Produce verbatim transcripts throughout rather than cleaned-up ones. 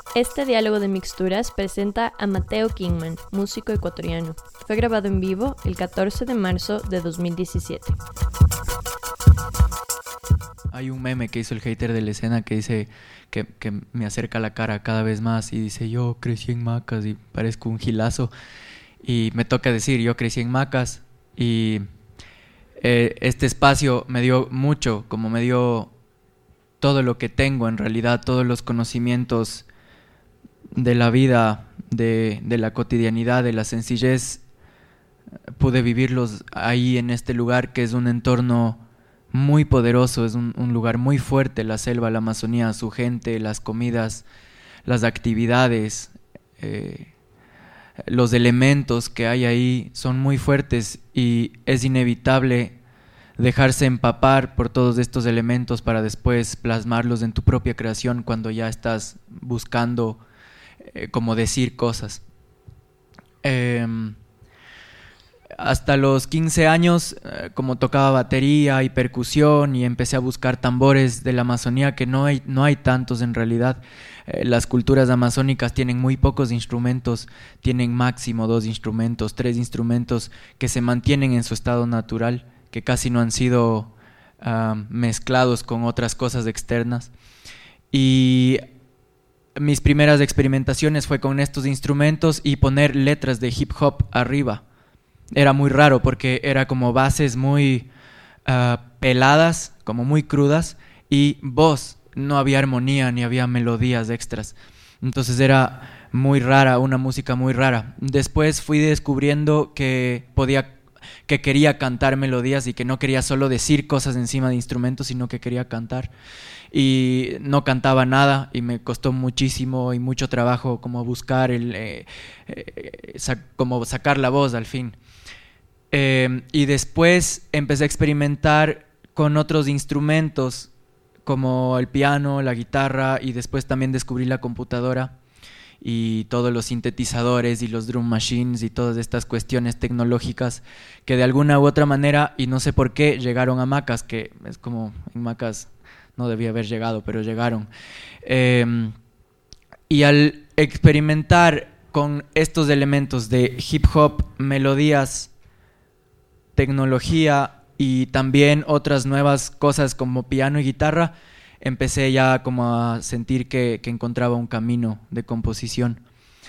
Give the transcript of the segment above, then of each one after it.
Este diálogo de mixturas presenta a Mateo Kingman, músico ecuatoriano. Fue grabado en vivo el catorce de marzo de dos mil diecisiete. Hay un meme que hizo el hater de la escena que dice que, que me acerca la cara cada vez más y dice: yo crecí en Macas y parezco un gilazo. Y me toca decir, yo crecí en Macas y eh, este espacio me dio mucho, como me dio todo lo que tengo en realidad, todos los conocimientos de la vida, de, de la cotidianidad, de la sencillez. Pude vivirlos ahí en este lugar que es un entorno muy poderoso, es un, un lugar muy fuerte, la selva, la Amazonía, su gente, las comidas, las actividades, eh, los elementos que hay ahí son muy fuertes y es inevitable dejarse empapar por todos estos elementos para después plasmarlos en tu propia creación cuando ya estás buscando eh, como decir cosas. Eh, hasta los quince años, eh, como tocaba batería y percusión y empecé a buscar tambores de la Amazonía, que no hay, no hay tantos en realidad. Eh, las culturas amazónicas tienen muy pocos instrumentos, tienen máximo dos instrumentos, tres instrumentos que se mantienen en su estado natural, que casi no han sido uh, mezclados con otras cosas externas. Y mis primeras experimentaciones fue con estos instrumentos y poner letras de hip hop arriba. Era muy raro porque era como bases muy uh, peladas, como muy crudas, y voz, no había armonía ni había melodías extras. Entonces era muy rara, una música muy rara. Después fui descubriendo que podía, que quería cantar melodías y que no quería solo decir cosas encima de instrumentos, sino que quería cantar. Y no cantaba nada y me costó muchísimo y mucho trabajo como buscar el, eh, eh, sac- como sacar la voz al fin. Eh, y después empecé a experimentar con otros instrumentos como el piano, la guitarra, y después también descubrí la computadora y todos los sintetizadores y los drum machines y todas estas cuestiones tecnológicas que de alguna u otra manera, y no sé por qué, llegaron a Macas, que es como en Macas no debía haber llegado, pero llegaron. Eh, y al experimentar con estos elementos de hip hop, melodías, tecnología y también otras nuevas cosas como piano y guitarra, empecé ya como a sentir que, que encontraba un camino de composición.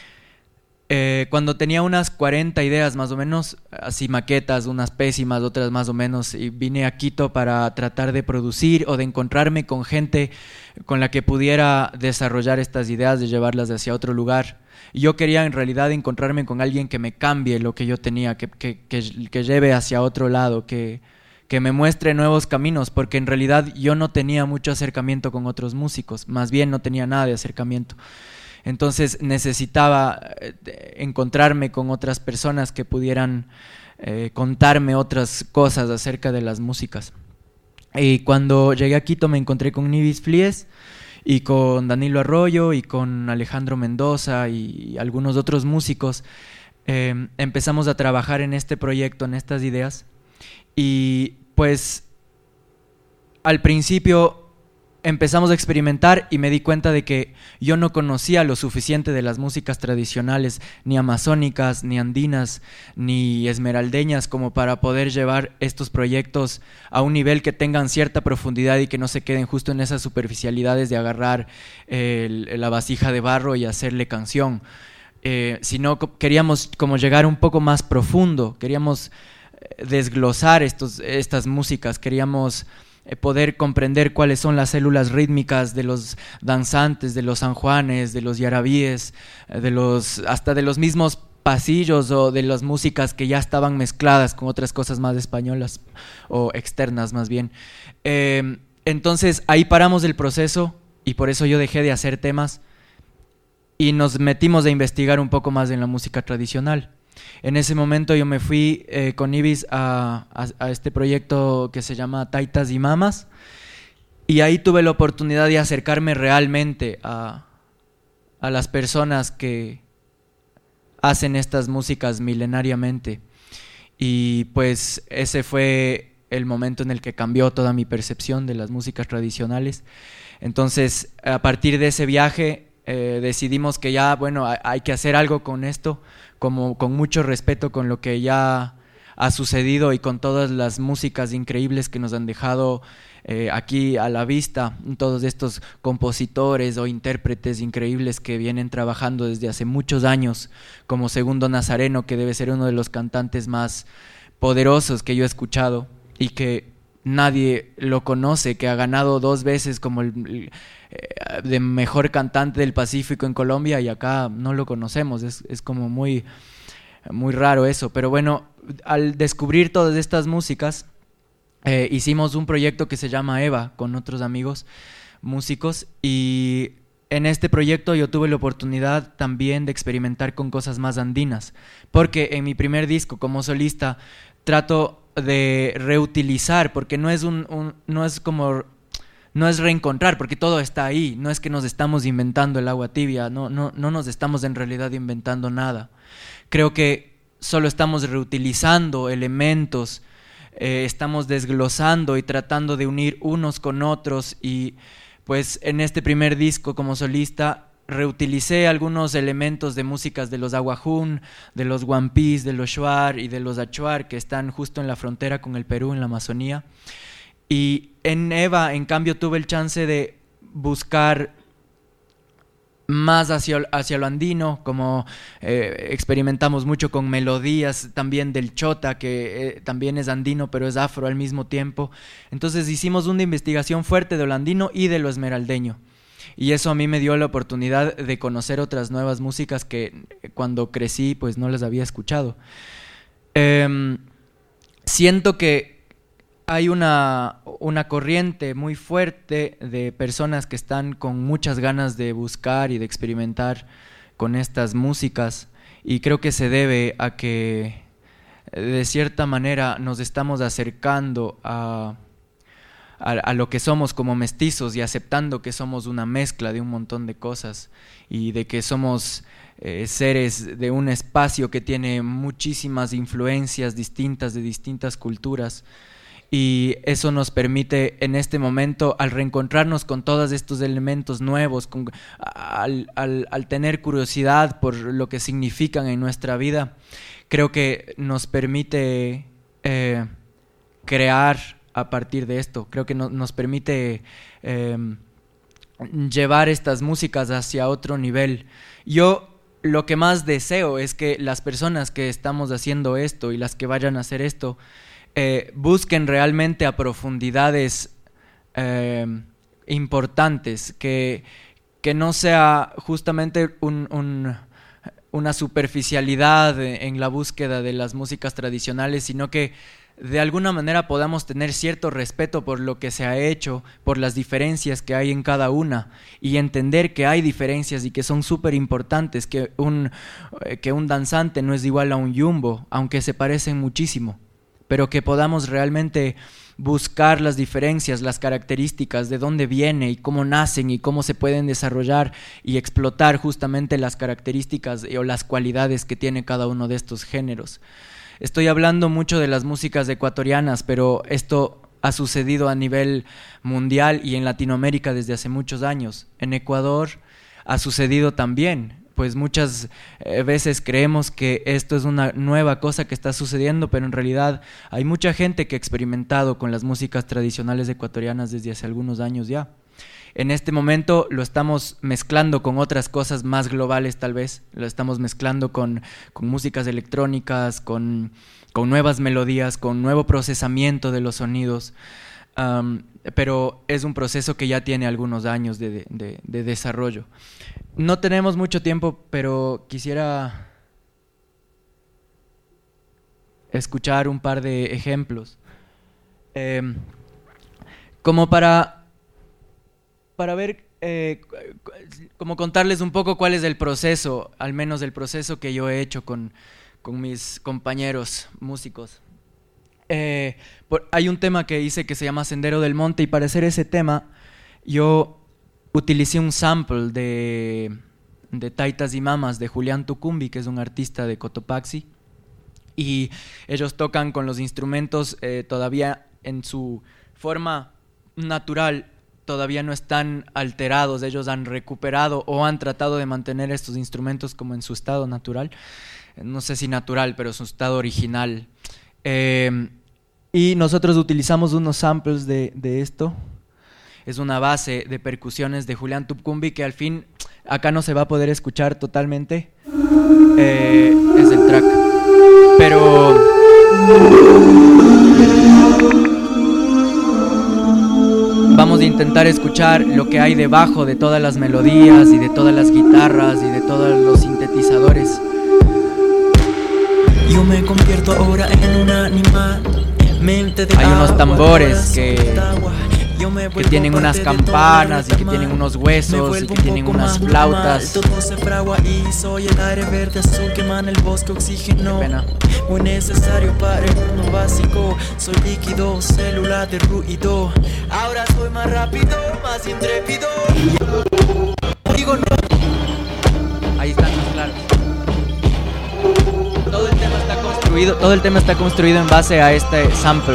Eh, cuando tenía unas cuarenta ideas más o menos, así maquetas, unas pésimas, otras más o menos, y vine a Quito para tratar de producir o de encontrarme con gente con la que pudiera desarrollar estas ideas, de llevarlas hacia otro lugar. Y yo quería en realidad encontrarme con alguien que me cambie lo que yo tenía, que, que, que, que lleve hacia otro lado, que, que me muestre nuevos caminos, porque en realidad yo no tenía mucho acercamiento con otros músicos, más bien no tenía nada de acercamiento. Entonces necesitaba eh, encontrarme con otras personas que pudieran eh, contarme otras cosas acerca de las músicas. Y cuando llegué a Quito me encontré con Nivis Flies y con Danilo Arroyo y con Alejandro Mendoza y algunos otros músicos. Eh, empezamos a trabajar en este proyecto, en estas ideas, y pues al principio empezamos a experimentar y me di cuenta de que yo no conocía lo suficiente de las músicas tradicionales, ni amazónicas, ni andinas, ni esmeraldeñas, como para poder llevar estos proyectos a un nivel que tengan cierta profundidad y que no se queden justo en esas superficialidades de agarrar el, la vasija de barro y hacerle canción. Eh, sino queríamos como llegar un poco más profundo, queríamos desglosar estos, estas músicas, queríamos poder comprender cuáles son las células rítmicas de los danzantes, de los sanjuanes, de los yarabíes, de los, hasta de los mismos pasillos o de las músicas que ya estaban mezcladas con otras cosas más españolas o externas más bien. Eh, entonces ahí paramos el proceso y por eso yo dejé de hacer temas y nos metimos a investigar un poco más en la música tradicional. En ese momento yo me fui eh, con Ibis a, a, a este proyecto que se llama Taitas y Mamas, y ahí tuve la oportunidad de acercarme realmente a, a las personas que hacen estas músicas milenariamente, y pues ese fue el momento en el que cambió toda mi percepción de las músicas tradicionales. Entonces a partir de ese viaje eh, decidimos que ya, bueno, hay, hay que hacer algo con esto, como con mucho respeto con lo que ya ha sucedido y con todas las músicas increíbles que nos han dejado eh, aquí a la vista, todos estos compositores o intérpretes increíbles que vienen trabajando desde hace muchos años, como Segundo Nazareno, que debe ser uno de los cantantes más poderosos que yo he escuchado y que nadie lo conoce, que ha ganado dos veces como el, el eh, de mejor cantante del Pacífico en Colombia, y acá no lo conocemos. Es, es como muy, muy raro eso, pero bueno, al descubrir todas estas músicas, eh, hicimos un proyecto que se llama Eva con otros amigos músicos, y en este proyecto yo tuve la oportunidad también de experimentar con cosas más andinas, porque en mi primer disco como solista trato de reutilizar, porque no es un, un no es como no es reencontrar, porque todo está ahí, no es que nos estamos inventando el agua tibia, no, no, no nos estamos en realidad inventando nada. Creo que solo estamos reutilizando elementos, eh, estamos desglosando y tratando de unir unos con otros, y pues en este primer disco como solista reutilicé algunos elementos de músicas de los Aguajún, de los Guampís, de los Shuar y de los Achuar, que están justo en la frontera con el Perú, en la Amazonía. Y en Eva, en cambio, tuve el chance de buscar más hacia, hacia lo andino, como eh, experimentamos mucho con melodías también del chota, que eh, también es andino, pero es afro al mismo tiempo. Entonces hicimos una investigación fuerte de lo andino y de lo esmeraldeño. Y eso a mí me dio la oportunidad de conocer otras nuevas músicas que cuando crecí pues no las había escuchado. Eh, siento que hay una, una corriente muy fuerte de personas que están con muchas ganas de buscar y de experimentar con estas músicas, y creo que se debe a que de cierta manera nos estamos acercando a, a, a lo que somos como mestizos, y aceptando que somos una mezcla de un montón de cosas, y de que somos eh, seres de un espacio que tiene muchísimas influencias distintas de distintas culturas. Y eso nos permite en este momento, al reencontrarnos con todos estos elementos nuevos, con, al, al, al tener curiosidad por lo que significan en nuestra vida, creo que nos permite eh, crear a partir de esto. Creo que no, nos permite eh, llevar estas músicas hacia otro nivel. Yo lo que más deseo es que las personas que estamos haciendo esto y las que vayan a hacer esto Eh, busquen realmente a profundidades eh, importantes, que, que no sea justamente un, un, una superficialidad en la búsqueda de las músicas tradicionales, sino que de alguna manera podamos tener cierto respeto por lo que se ha hecho, por las diferencias que hay en cada una, y entender que hay diferencias y que son súper importantes, que un, que un danzante no es igual a un yumbo, aunque se parecen muchísimo, pero que podamos realmente buscar las diferencias, las características, de dónde viene y cómo nacen y cómo se pueden desarrollar, y explotar justamente las características o las cualidades que tiene cada uno de estos géneros. Estoy hablando mucho de las músicas ecuatorianas, pero esto ha sucedido a nivel mundial y en Latinoamérica desde hace muchos años. En Ecuador ha sucedido también. Pues muchas eh, veces creemos que esto es una nueva cosa que está sucediendo, pero en realidad hay mucha gente que ha experimentado con las músicas tradicionales ecuatorianas desde hace algunos años ya. En este momento lo estamos mezclando con otras cosas más globales, tal vez. Lo estamos mezclando con, con músicas electrónicas, con, con nuevas melodías, con nuevo procesamiento de los sonidos. Um, pero es un proceso que ya tiene algunos años de, de, de desarrollo. No tenemos mucho tiempo, pero quisiera escuchar un par de ejemplos. Eh, como para, para ver, eh, como contarles un poco cuál es el proceso, al menos el proceso que yo he hecho con, con mis compañeros músicos. Eh, por, hay un tema que hice que se llama Sendero del Monte, y para hacer ese tema yo utilicé un sample de, de Taitas y Mamas de Julián Tucumbi, que es un artista de Cotopaxi, y ellos tocan con los instrumentos eh, todavía en su forma natural, todavía no están alterados, ellos han recuperado o han tratado de mantener estos instrumentos como en su estado natural, no sé si natural, pero su estado original. Eh, y nosotros utilizamos unos samples de, de esto. Es una base de percusiones de Julián Tupcumbi que al fin acá no se va a poder escuchar totalmente. Eh, es el track. Pero vamos a intentar escuchar lo que hay debajo de todas las melodías y de todas las guitarras y de todos los sintetizadores. Yo me convierto ahora en un animal. Mente de hay unos agua, tambores que, que tienen unas campanas y que tienen unos huesos y que tienen unas flautas. Todo se fragua y soy el aire verde azul que emana el bosque oxígeno. Muy necesario para el mundo básico. Soy líquido, célula de ruido. Ahora soy más rápido, más intrépido. Digo no. Ahí están más claros. Todo el tema está construido, todo el tema está construido en base a este sample.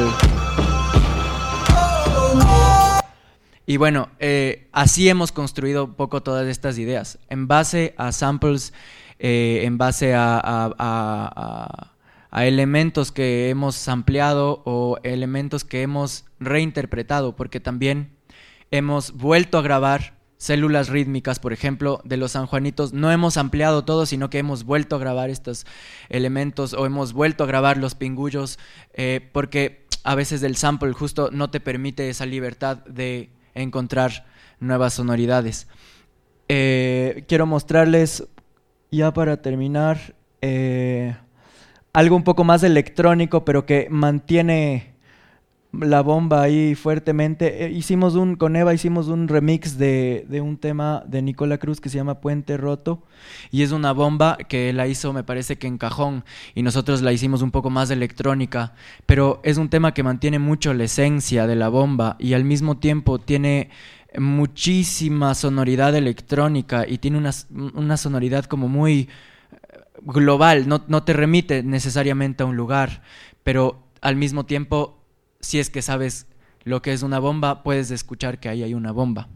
Y bueno, eh, así hemos construido un poco todas estas ideas, en base a samples, eh, en base a, a, a, a, a elementos que hemos sampleado o elementos que hemos reinterpretado, porque también hemos vuelto a grabar células rítmicas, por ejemplo, de los sanjuanitos. No hemos ampliado todo, sino que hemos vuelto a grabar estos elementos o hemos vuelto a grabar los pingullos, eh, porque a veces el sample justo no te permite esa libertad de encontrar nuevas sonoridades. Eh, quiero mostrarles, ya para terminar, eh, algo un poco más electrónico, pero que mantiene la bomba ahí fuertemente. Eh, hicimos un, con Eva hicimos un remix de, de un tema de Nicola Cruz que se llama Puente Roto, y es una bomba que la hizo, me parece que en cajón, y nosotros la hicimos un poco más electrónica, pero es un tema que mantiene mucho la esencia de la bomba y al mismo tiempo tiene muchísima sonoridad electrónica y tiene una, una sonoridad como muy global, no, no te remite necesariamente a un lugar, pero al mismo tiempo, si es que sabes lo que es una bomba, puedes escuchar que ahí hay una bomba.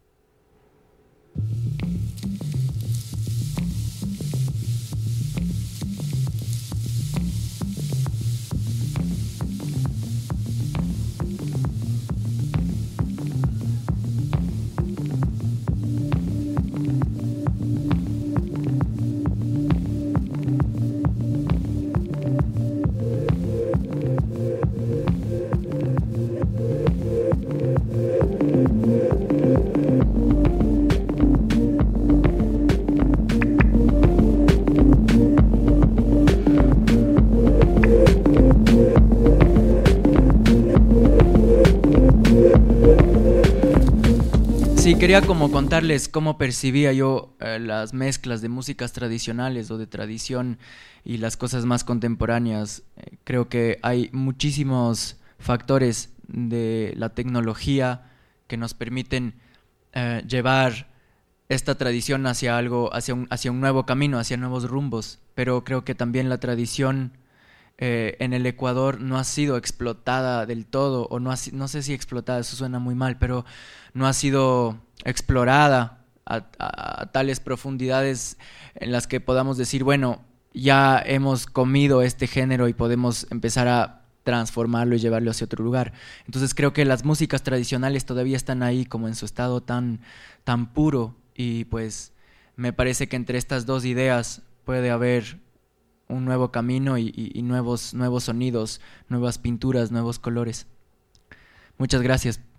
Sí, quería como contarles cómo percibía yo eh, las mezclas de músicas tradicionales o de tradición y las cosas más contemporáneas. Eh, creo que hay muchísimos factores de la tecnología que nos permiten eh, llevar esta tradición hacia algo, hacia un, hacia un nuevo camino, hacia nuevos rumbos. Pero creo que también la tradición eh, en el Ecuador no ha sido explotada del todo, o no, ha, no sé si explotada, eso suena muy mal, pero no ha sido explorada a, a, a tales profundidades en las que podamos decir, bueno, ya hemos comido este género y podemos empezar a transformarlo y llevarlo hacia otro lugar. Entonces creo que las músicas tradicionales todavía están ahí como en su estado tan, tan puro, y pues me parece que entre estas dos ideas puede haber un nuevo camino y, y, y nuevos, nuevos sonidos, nuevas pinturas, nuevos colores. Muchas gracias.